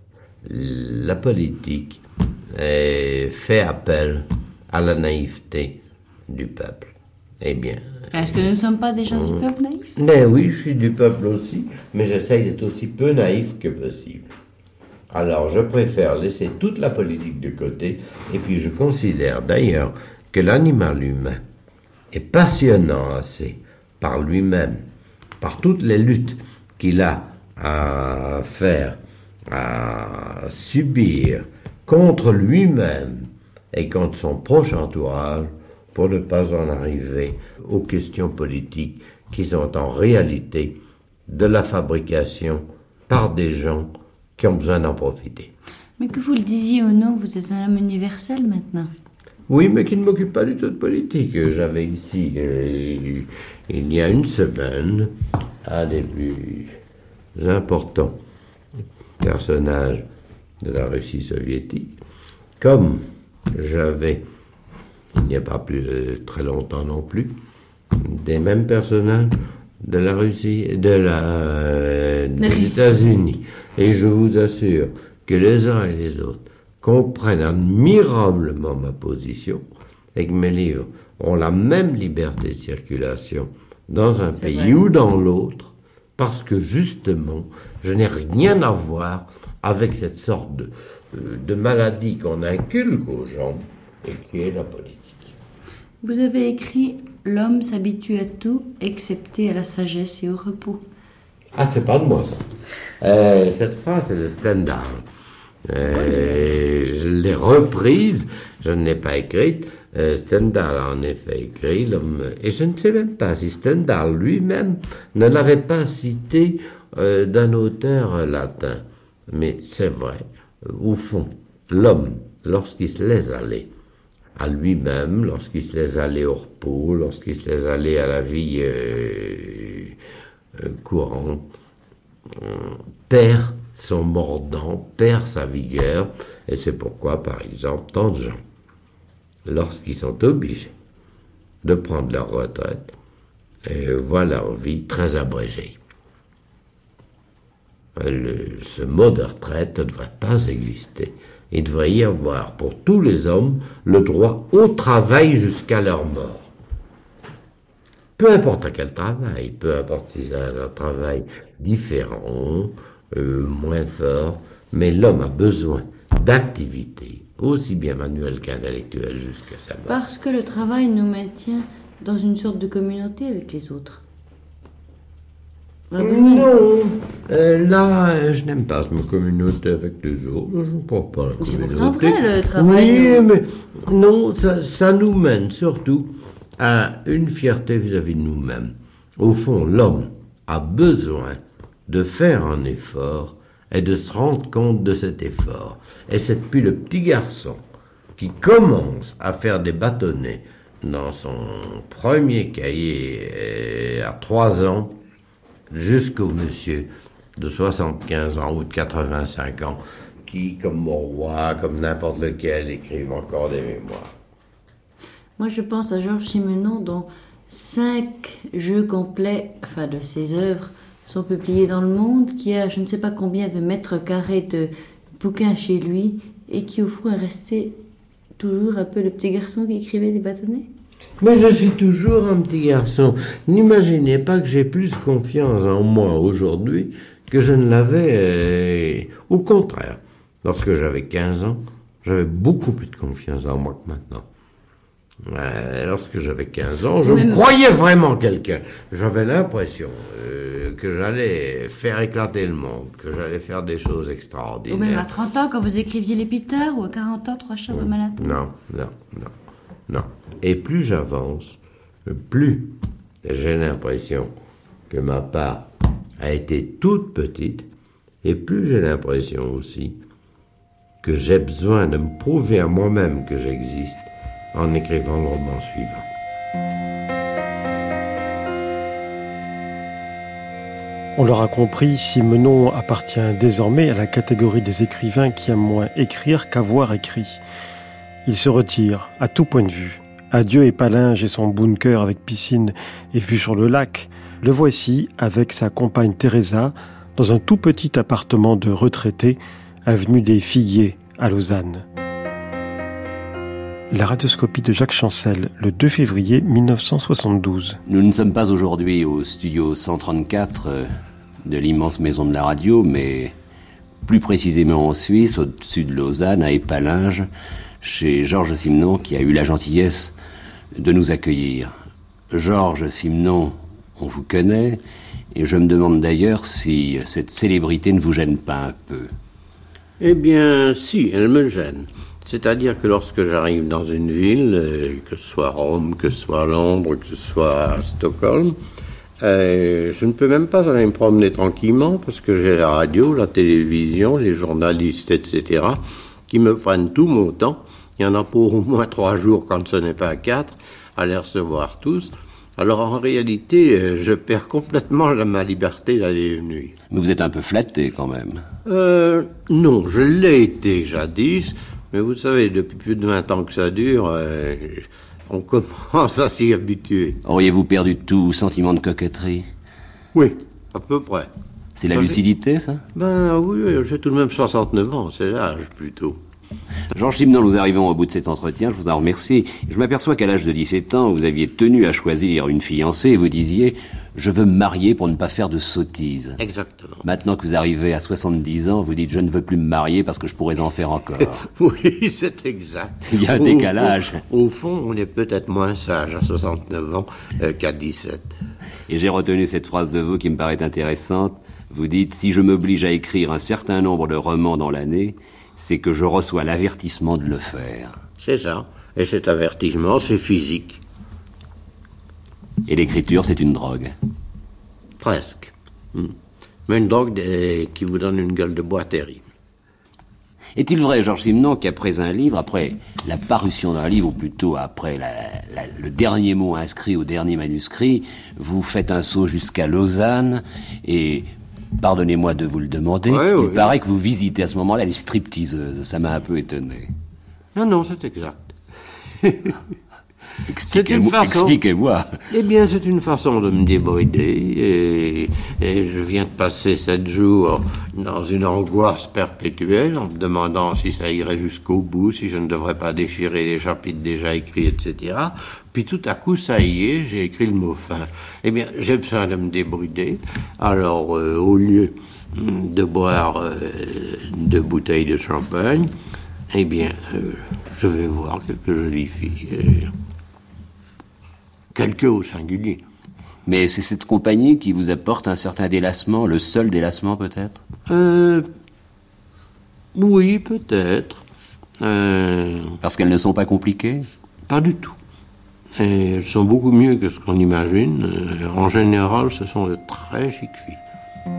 La politique fait appel à la naïveté du peuple. Eh bien... Est-ce que nous ne sommes pas des gens du peuple naïfs? Mais oui, je suis du peuple aussi, mais j'essaye d'être aussi peu naïf que possible. Alors, je préfère laisser toute la politique de côté, et puis je considère d'ailleurs que l'animal humain est passionnant assez par lui-même, par toutes les luttes qu'il a à faire, à subir contre lui-même et contre son proche entourage, pour ne pas en arriver aux questions politiques qui sont en réalité de la fabrication par des gens qui ont besoin d'en profiter. Mais que vous le disiez ou non, vous êtes un homme universel maintenant. Oui, mais qui ne m'occupe pas du tout de politique. J'avais ici, il y a une semaine, un des plus importants personnages de la Russie soviétique. Comme j'avais, il n'y a pas plus très longtemps non plus, des mêmes personnages de la Russie, des États-Unis. Et je vous assure que les uns et les autres comprennent admirablement ma position et que mes livres ont la même liberté de circulation dans un pays ou dans l'autre, parce que justement, je n'ai rien à voir avec cette sorte de maladie qu'on inculque aux gens et qui est la politique. Vous avez écrit « L'homme s'habitue à tout, excepté à la sagesse et au repos ». Ah, c'est pas de moi, ça. Cette phrase, c'est de Stendhal. Je l'ai reprise, je ne l'ai pas écrite. Stendhal a en effet écrit l'homme, et je ne sais même pas si Stendhal lui-même ne l'avait pas cité d'un auteur latin. Mais c'est vrai, au fond, l'homme, lorsqu'il se laisse aller à lui-même, lorsqu'il se laisse aller au repos, lorsqu'il se laisse aller à la vie courante, perd son mordant, perd sa vigueur, et c'est pourquoi, par exemple, tant de gens, lorsqu'ils sont obligés de prendre leur retraite, voient leur vie très abrégée. Ce mot de retraite ne devrait pas exister. Il devrait y avoir pour tous les hommes le droit au travail jusqu'à leur mort. Peu importe à quel travail, peu importe si c'est un travail différent, moins fort, mais l'homme a besoin d'activité, aussi bien manuelle qu'intellectuelle jusqu'à sa mort. Parce que le travail nous maintient dans une sorte de communauté avec les autres. Non, là, je n'aime pas ma communauté avec les autres, je ne crois pas la communauté. C'est pourtant vrai, le travail. Oui, mais non, ça nous mène surtout à une fierté vis-à-vis de nous-mêmes. Au fond, l'homme a besoin de faire un effort et de se rendre compte de cet effort. Et c'est depuis le petit garçon qui commence à faire des bâtonnets dans son premier cahier à 3 ans, jusqu'au monsieur de 75 ans ou de 85 ans qui, comme Mauroy, comme n'importe lequel, écrivent encore des mémoires. Moi, je pense à Georges Simenon, dont 5 jeux complets, de ses œuvres, sont publiés dans le monde, qui a je ne sais pas combien de mètres carrés de bouquins chez lui, et qui, au fond, est resté toujours un peu le petit garçon qui écrivait des bâtonnets. Mais je suis toujours un petit garçon. N'imaginez pas que j'ai plus confiance en moi aujourd'hui que je ne l'avais. Au contraire, lorsque j'avais 15 ans, j'avais beaucoup plus de confiance en moi que maintenant. Lorsque j'avais 15 ans, je me croyais vraiment quelqu'un. J'avais l'impression que j'allais faire éclater le monde, que j'allais faire des choses extraordinaires. Ou même à 30 ans, quand vous écriviez l'Épitaphe, ou à 40 ans, 3 chevaux Malatin. Non. Et plus j'avance, plus j'ai l'impression que ma part a été toute petite, et plus j'ai l'impression aussi que j'ai besoin de me prouver à moi-même que j'existe en écrivant le roman suivant. On l'aura compris, Simenon appartient désormais à la catégorie des écrivains qui aiment moins écrire qu'avoir écrit. Il se retire, à tout point de vue. Adieu Épalinges et son bunker avec piscine et vue sur le lac. Le voici avec sa compagne Teresa dans un tout petit appartement de retraité, avenue des Figuiers à Lausanne. La radioscopie de Jacques Chancel, le 2 février 1972. Nous ne sommes pas aujourd'hui au studio 134 de l'immense maison de la radio, mais plus précisément en Suisse, au-dessus de Lausanne, à Épalinges, chez Georges Simenon, qui a eu la gentillesse de nous accueillir. Georges Simenon, on vous connaît, et je me demande d'ailleurs si cette célébrité ne vous gêne pas un peu. Eh bien, si, elle me gêne. C'est-à-dire que lorsque j'arrive dans une ville, que ce soit Rome, que ce soit Londres, que ce soit Stockholm, je ne peux même pas aller me promener tranquillement parce que j'ai la radio, la télévision, les journalistes, etc., qui me prennent tout mon temps. Il y en a pour au moins 3 jours, quand ce n'est pas 4, à les recevoir tous. Alors en réalité, je perds complètement ma liberté d'aller et venir. Mais vous êtes un peu flatté quand même. Non, je l'ai été jadis, mais vous savez, depuis plus de 20 ans que ça dure, on commence à s'y habituer. Auriez-vous perdu tout sentiment de coquetterie? Oui, à peu près. C'est la lucidité, ça? Ben oui, j'ai tout de même 69 ans, c'est l'âge plutôt. Georges Simenon, nous arrivons au bout de cet entretien, je vous en remercie. Je m'aperçois qu'à l'âge de 17 ans, vous aviez tenu à choisir une fiancée et vous disiez « Je veux me marier pour ne pas faire de sottises ». Exactement. Maintenant que vous arrivez à 70 ans, vous dites « Je ne veux plus me marier parce que je pourrais en faire encore ». Oui, c'est exact. Il y a un décalage. Au fond, on est peut-être moins sage à 69 ans qu'à 17. Et j'ai retenu cette phrase de vous qui me paraît intéressante. Vous dites « Si je m'oblige à écrire un certain nombre de romans dans l'année, c'est que je reçois l'avertissement de le faire. » C'est ça. Et cet avertissement, c'est physique. Et l'écriture, c'est une drogue. Presque. Mais une drogue qui vous donne une gueule de bois terrible. Est-il vrai, Georges Simenon, qu'après un livre, après la parution d'un livre, ou plutôt après le dernier mot inscrit au dernier manuscrit, vous faites un saut jusqu'à Lausanne et... Pardonnez-moi de vous le demander, il paraît que vous visitez à ce moment-là les stripteaseuses. Ça m'a un peu étonné. Non, c'est exact. Expliquez-moi. Eh bien, c'est une façon de me débrider et je viens de passer 7 jours dans une angoisse perpétuelle en me demandant si ça irait jusqu'au bout, si je ne devrais pas déchirer les chapitres déjà écrits, etc. Puis tout à coup, ça y est, j'ai écrit le mot fin. Eh bien, j'ai besoin de me débrider. Alors, au lieu de boire 2 bouteilles de champagne, eh bien, je vais voir quelques jolies filles. Quelques au singulier. Mais c'est cette compagnie qui vous apporte un certain délassement, le seul délassement peut-être? Oui, peut-être. Parce qu'elles ne sont pas compliquées? Pas du tout. Elles sont beaucoup mieux que ce qu'on imagine. En général, ce sont de très chic filles.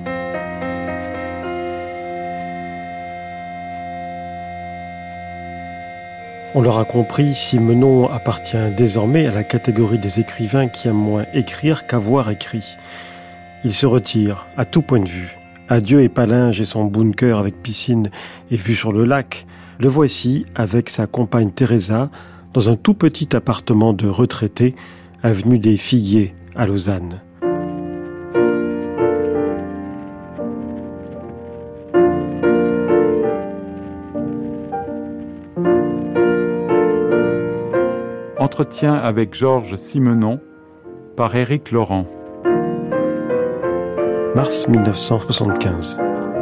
On l'aura compris, Simenon appartient désormais à la catégorie des écrivains qui aiment moins écrire qu'avoir écrit. Il se retire, à tout point de vue. Adieu Épalinges et son bunker avec piscine et vue sur le lac. Le voici avec sa compagne Teresa dans un tout petit appartement de retraité, avenue des Figuiers à Lausanne. Entretien avec Georges Simenon par Éric Laurent. Mars 1975.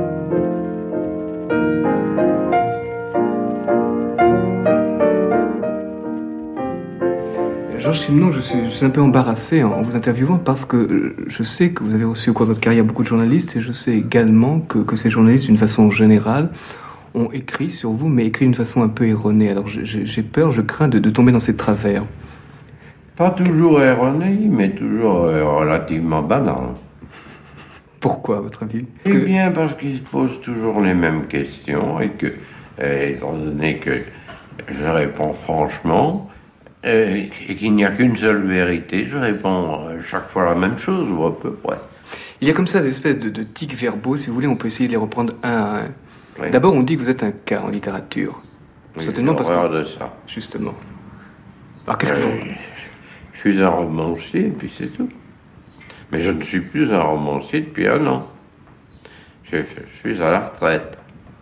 Georges Simenon, je suis un peu embarrassé en vous interviewant parce que je sais que vous avez reçu au cours de votre carrière beaucoup de journalistes et je sais également que ces journalistes, d'une façon générale, ont écrit sur vous, mais écrit d'une façon un peu erronée. Alors j'ai peur, je crains de tomber dans ces travers. Pas toujours erroné, mais toujours relativement banal. Pourquoi, à votre avis? Eh bien, parce qu'ils se posent toujours les mêmes questions et que, étant donné que je réponds franchement, et qu'il n'y a qu'une seule vérité, je réponds chaque fois la même chose, ou à peu près. Il y a comme ça des espèces de tics verbaux, si vous voulez, on peut essayer de les reprendre un à un. Oui. D'abord, on dit que vous êtes un cas en littérature. Oui, certainement parce que... de ça. Justement. Alors, qu'est-ce que vous... Je suis un romancier, et puis c'est tout. Mais je ne suis plus un romancier depuis 1 an. Je suis à la retraite.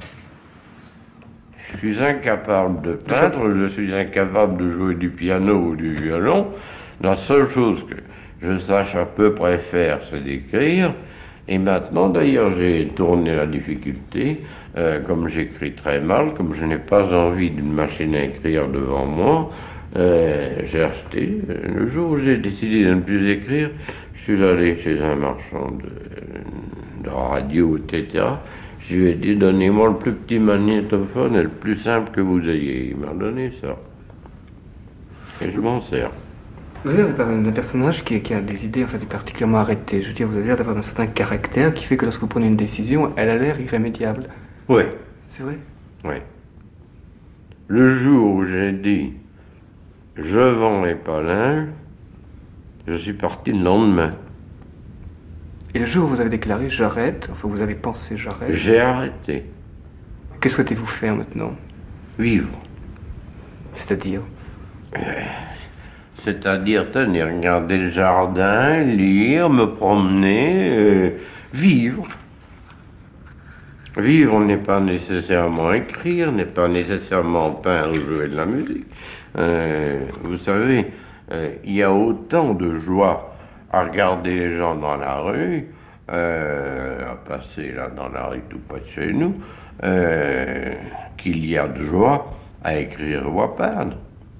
Je suis incapable de peindre, je suis incapable de jouer du piano ou du violon. La seule chose que je sache à peu près faire, c'est d'écrire. Et maintenant, d'ailleurs, j'ai tourné la difficulté. Comme j'écris très mal, comme je n'ai pas envie d'une machine à écrire devant moi, j'ai acheté. Le jour où j'ai décidé de ne plus écrire, je suis allé chez un marchand de radio, etc. Je lui ai dit, donnez-moi le plus petit magnétophone et le plus simple que vous ayez. Il m'a donné ça. Et je m'en sers. Vous avez l'air d'un personnage qui a des idées en fait, particulièrement arrêtées. Je veux dire, vous avez l'air d'avoir un certain caractère qui fait que lorsque vous prenez une décision, elle a l'air irrémédiable. Oui. C'est vrai? Oui. Le jour où j'ai dit « je vends Épalinges », je suis parti le lendemain. Et le jour où vous avez déclaré « j'arrête », enfin vous avez pensé « j'arrête », j'ai arrêté. Que souhaitez-vous faire maintenant? Vivre. C'est-à-dire? C'est-à-dire tenir, regarder le jardin, lire, me promener, vivre. Vivre n'est pas nécessairement écrire, n'est pas nécessairement peindre ou jouer de la musique. Vous savez, il y a autant de joie à regarder les gens dans la rue, à passer là dans la rue tout près de chez nous, qu'il y a de joie à écrire ou à peindre.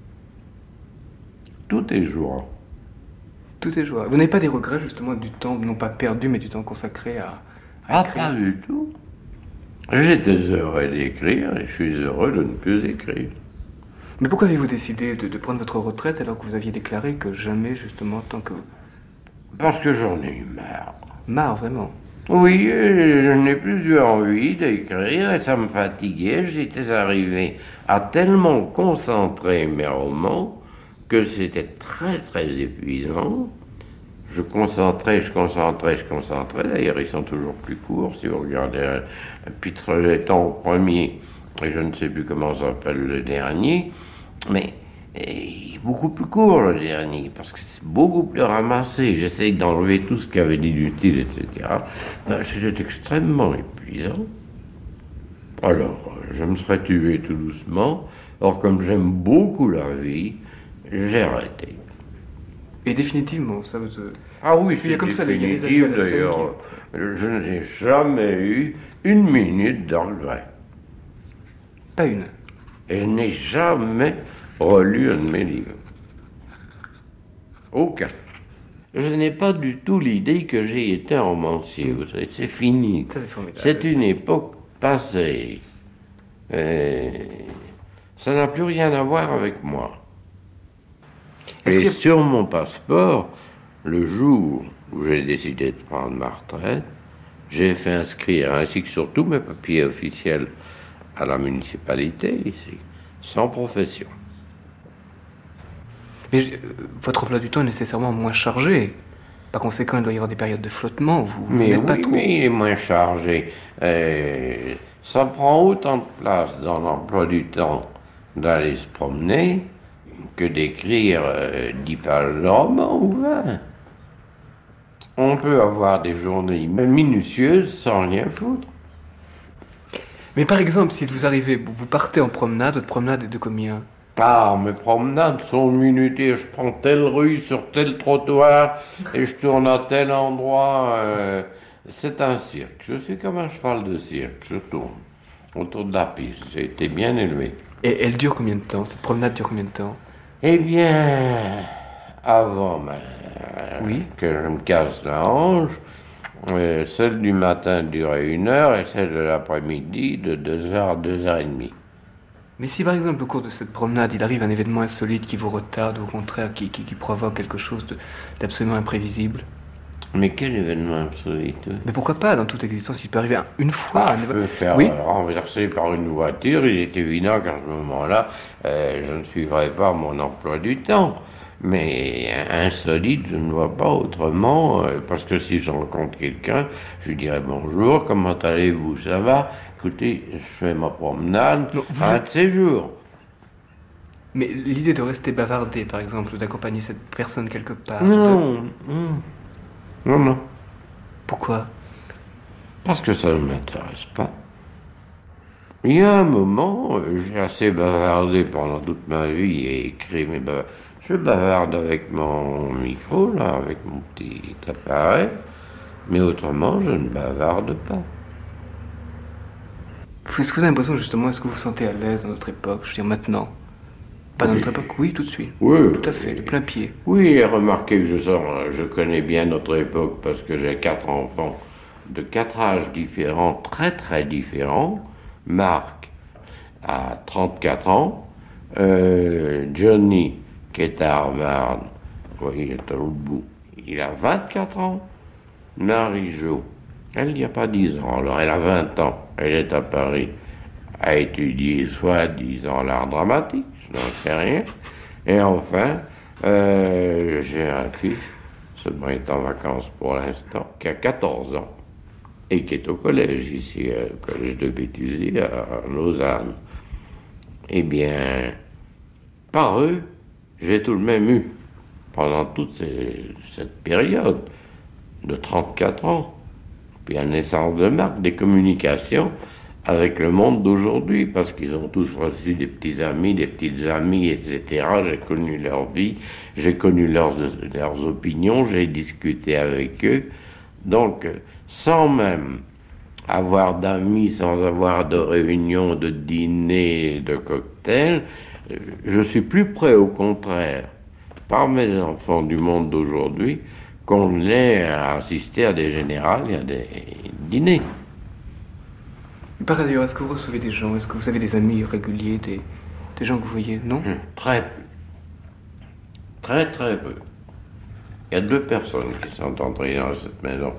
Tout est joie. Tout est joie. Vous n'avez pas des regrets justement du temps, non pas perdu, mais du temps consacré à écrire? Pas du tout. J'étais heureux d'écrire et je suis heureux de ne plus écrire. Mais pourquoi avez-vous décidé de prendre votre retraite alors que vous aviez déclaré que jamais justement tant que... Parce que j'en ai eu marre. Marre, vraiment? Oui, je n'ai plus eu envie d'écrire et ça me fatiguait. J'étais arrivé à tellement concentrer mes romans que c'était très très épuisant. Je concentrais. D'ailleurs, ils sont toujours plus courts. Si vous regardez Pitreletton au premier, et je ne sais plus comment s'appelle le dernier, mais il est beaucoup plus court le dernier, parce que c'est beaucoup plus ramassé. J'essaye d'enlever tout ce qu'il y avait d'inutile, etc. C'était extrêmement épuisant. Alors, je me serais tué tout doucement. Or, comme j'aime beaucoup la vie, j'ai arrêté. Et définitivement, ça vous... Ah oui, c'est comme ça, il y a des définitif d'ailleurs. Je n'ai jamais eu une minute de regret. Pas une. Et je n'ai jamais relu un de mes livres. Aucun. Je n'ai pas du tout l'idée que j'ai été un romancier. Vous savez, c'est fini. Ça, c'est formidable. C'est une époque passée. Ça n'a plus rien à voir avec moi. Et sur mon passeport, le jour où j'ai décidé de prendre ma retraite, j'ai fait inscrire, ainsi que sur tous mes papiers officiels à la municipalité ici, sans profession. Mais votre emploi du temps est nécessairement moins chargé. Par conséquent, il doit y avoir des périodes de flottement. Vous Mais n'êtes pas oui, trop... mais il est moins chargé. Ça prend autant de place dans l'emploi du temps d'aller se promener que d'écrire 10 pages de roman ou 20. On peut avoir des journées minutieuses sans rien foutre. Mais par exemple, si vous arrivez, vous partez en promenade, votre promenade est de combien? Mes promenades sont minutées. Je prends telle rue sur tel trottoir et je tourne à tel endroit. C'est un cirque. Je suis comme un cheval de cirque. Je tourne autour de la piste. J'ai été bien élevé. Et elle dure combien de temps? Cette promenade dure combien de temps? Eh bien, avant que je me casse la hanche, celle du matin durait 1 heure et celle de l'après-midi de 2 heures à 2h30. Mais si par exemple au cours de cette promenade il arrive un événement insolite qui vous retarde ou au contraire qui provoque quelque chose d'absolument imprévisible. Mais quel événement insolite? Mais pourquoi pas, dans toute existence il peut arriver une fois. Je peux faire renverser par une voiture, il est évident qu'à ce moment-là je ne suivrai pas mon emploi du temps. Mais insolite, je ne vois pas autrement, parce que si je rencontre quelqu'un, je lui dirai bonjour, comment allez-vous, ça va? Écoutez, je fais ma promenade, un de ces jours. Mais l'idée de rester bavardé, par exemple, ou d'accompagner cette personne quelque part... Non. Pourquoi? Parce que ça ne m'intéresse pas. Il y a un moment, j'ai assez bavardé pendant toute ma vie et écrit mes bavards. Je bavarde avec mon micro, là, avec mon petit appareil, mais autrement, je ne bavarde pas. Est-ce que vous avez l'impression, justement, est-ce que vous vous sentez à l'aise dans notre époque? Je veux dire, maintenant. Pas dans notre époque? Oui, tout de suite. Oui. Tout à fait, de plein pied. Oui, remarquez que je connais bien notre époque parce que j'ai 4 enfants de 4 âges différents, très très différents. Marc a 34 ans, Johnny, qui est à Harvard, il est à l'autre bout, il a 24 ans. Marie-Jo, elle n'y a pas 10 ans, alors elle a 20 ans, elle est à Paris, a étudié soi-disant l'art dramatique, je n'en sais rien. Et enfin, j'ai un fils, seulement est en vacances pour l'instant, qui a 14 ans, et qui est au collège ici, au collège de Béthusy à Lausanne. Eh bien, par eux, j'ai tout de même eu, pendant toute cette période de 34 ans, puis à la naissance de Marc, des communications avec le monde d'aujourd'hui, parce qu'ils ont tous reçu des petits amis, des petites amies, etc. J'ai connu leur vie, j'ai connu leurs opinions, j'ai discuté avec eux. Donc, sans même avoir d'amis, sans avoir de réunions, de dîners, de cocktails, je suis plus près, au contraire, par mes enfants du monde d'aujourd'hui, qu'on l'ait à assister à des générales et à des dîners. Par ailleurs, est-ce que vous recevez des gens? Est-ce que vous avez des amis réguliers, des gens que vous voyez? Non? Très peu. Très très peu. Il y a 2 personnes qui sont entrées dans cette maison.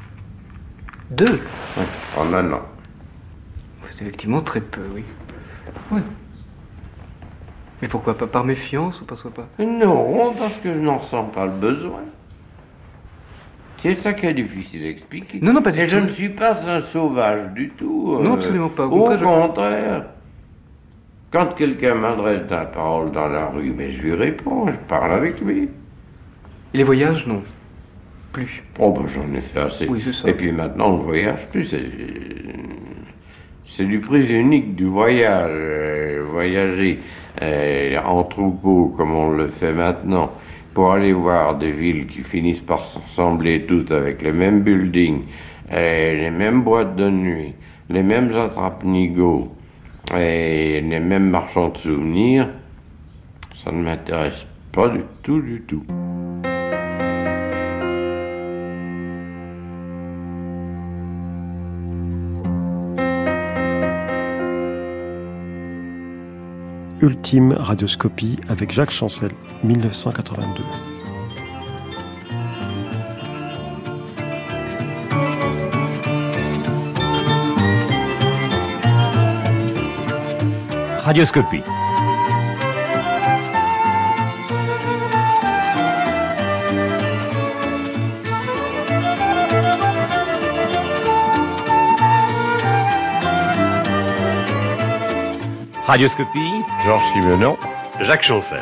2? Oui, en 1 an. C'est effectivement très peu, oui. Oui. Mais pourquoi? Pas par méfiance ou parce que pas? Non, parce que je n'en ressens pas le besoin. C'est ça qui est difficile à expliquer. Non, pas du tout. Et je ne suis pas un sauvage du tout. Non, absolument pas. Au contraire. Quand quelqu'un m'adresse la parole dans la rue, mais je lui réponds, je parle avec lui. Et les voyages, non? Plus. Oh, ben j'en ai fait assez. Oui, c'est ça. Et puis maintenant, le voyage plus, c'est du prix unique du voyage. Voyager en troupeau, comme on le fait maintenant, pour aller voir des villes qui finissent par se ressembler toutes avec les mêmes buildings, les mêmes boîtes de nuit, les mêmes attrape-nigauds et les mêmes marchands de souvenirs, ça ne m'intéresse pas du tout, du tout. Ultime radioscopie avec Jacques Chancel, 1982. Radioscopie. Radioscopie, Georges Simenon, Jacques Chancel.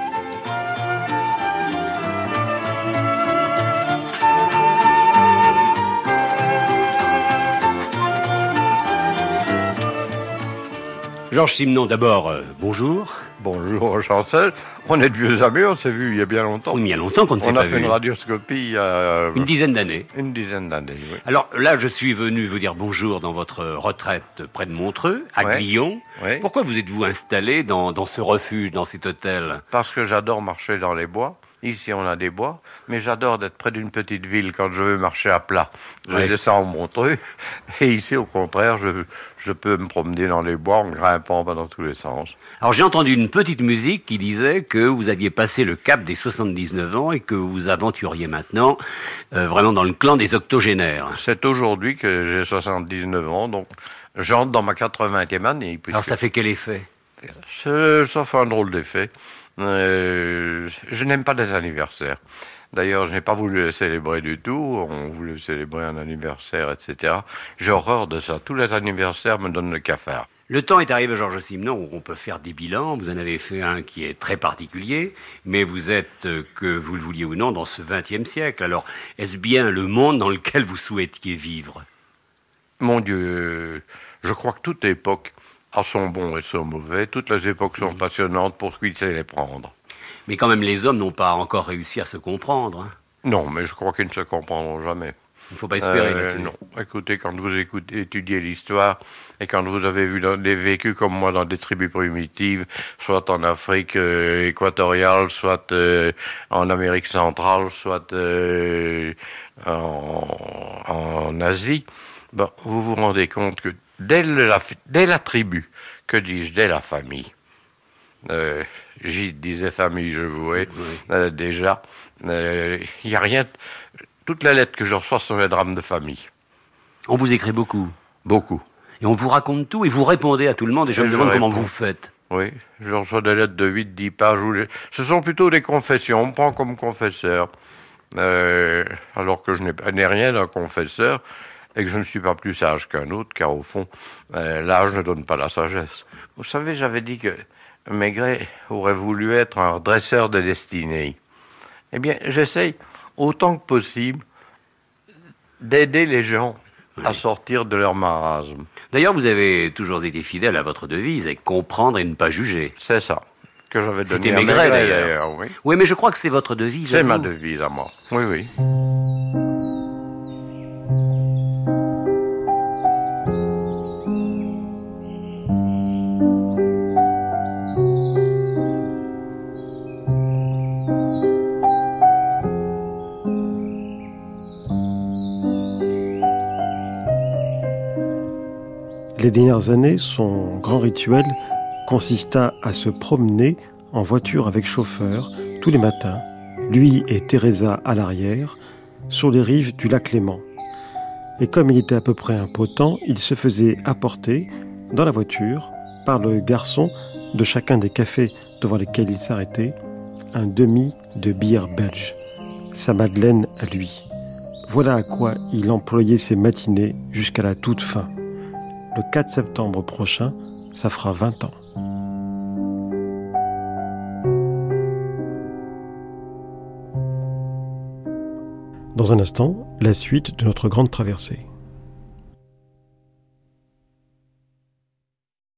Georges Simenon, d'abord, bonjour. Bonjour Chancel. On est de vieux amis, on s'est vu il y a bien longtemps. Oui, il y a longtemps qu'on ne s'est pas vu. On a fait une radioscopie il y a... Une dizaine d'années. Une dizaine d'années, oui. Alors là, je suis venu vous dire bonjour dans votre retraite près de Montreux, à Glion. Ouais. Pourquoi vous êtes-vous installé dans ce refuge, dans cet hôtel? Parce que j'adore marcher dans les bois. Ici, on a des bois, mais j'adore d'être près d'une petite ville quand je veux marcher à plat. Je descends au Montreux, et ici, au contraire, je peux me promener dans les bois en grimpant dans tous les sens. Alors, j'ai entendu une petite musique qui disait que vous aviez passé le cap des 79 ans et que vous aventuriez maintenant vraiment dans le clan des octogénaires. C'est aujourd'hui que j'ai 79 ans, donc j'entre dans ma 80e année. Alors, ça fait quel effet? Ça fait un drôle d'effet. Je n'aime pas les anniversaires. D'ailleurs, je n'ai pas voulu les célébrer du tout. On voulait célébrer un anniversaire, etc. J'ai horreur de ça. Tous les anniversaires me donnent le cafard. Le temps est arrivé, Georges Simenon, où on peut faire des bilans. Vous en avez fait un qui est très particulier, mais vous êtes, que vous le vouliez ou non, dans ce XXe siècle. Alors, est-ce bien le monde dans lequel vous souhaitiez vivre? Mon Dieu, je crois que toute époque a son bon et son mauvais. Toutes les époques sont passionnantes pour qui sait les prendre. Mais quand même, les hommes n'ont pas encore réussi à se comprendre. Hein. Non, mais je crois qu'ils ne se comprendront jamais. Il ne faut pas espérer là-dessus. Non. Écoutez, quand vous étudiez l'histoire et quand vous avez vu des vécus comme moi dans des tribus primitives, soit en Afrique équatoriale, soit en Amérique centrale, soit en Asie, bon, vous vous rendez compte que dès la tribu, que dis-je, dès la famille, j'y disais famille, je vouais, déjà, il n'y a rien... Toutes les lettres que je reçois sont des drames de famille. On vous écrit beaucoup? Beaucoup. Et on vous raconte tout et vous répondez à tout le monde et je me demande comment vous faites. Oui, je reçois des lettres de 8-10 pages. Ce sont plutôt des confessions, on me prend comme confesseur. Alors que je n'ai rien d'un confesseur et que je ne suis pas plus sage qu'un autre, car au fond, l'âge ne donne pas la sagesse. Vous savez, j'avais dit que Maigret aurait voulu être un dresseur de destinée. Eh bien, j'essaye autant que possible d'aider les gens à sortir de leur marasme. D'ailleurs, vous avez toujours été fidèle à votre devise, et comprendre et ne pas juger. C'est ça, que j'avais donné C'était à Maigret, d'ailleurs. Oui. Oui, mais je crois que c'est votre devise. C'est ma devise à moi, oui, oui. Les dernières années, son grand rituel consista à se promener en voiture avec chauffeur tous les matins, lui et Teresa à l'arrière, sur les rives du lac Léman. Et comme il était à peu près impotent, il se faisait apporter dans la voiture par le garçon de chacun des cafés devant lesquels il s'arrêtait un demi de bière belge, sa madeleine à lui. Voilà à quoi il employait ses matinées jusqu'à la toute fin. Le 4 septembre prochain, ça fera 20 ans. Dans un instant, la suite de notre grande traversée.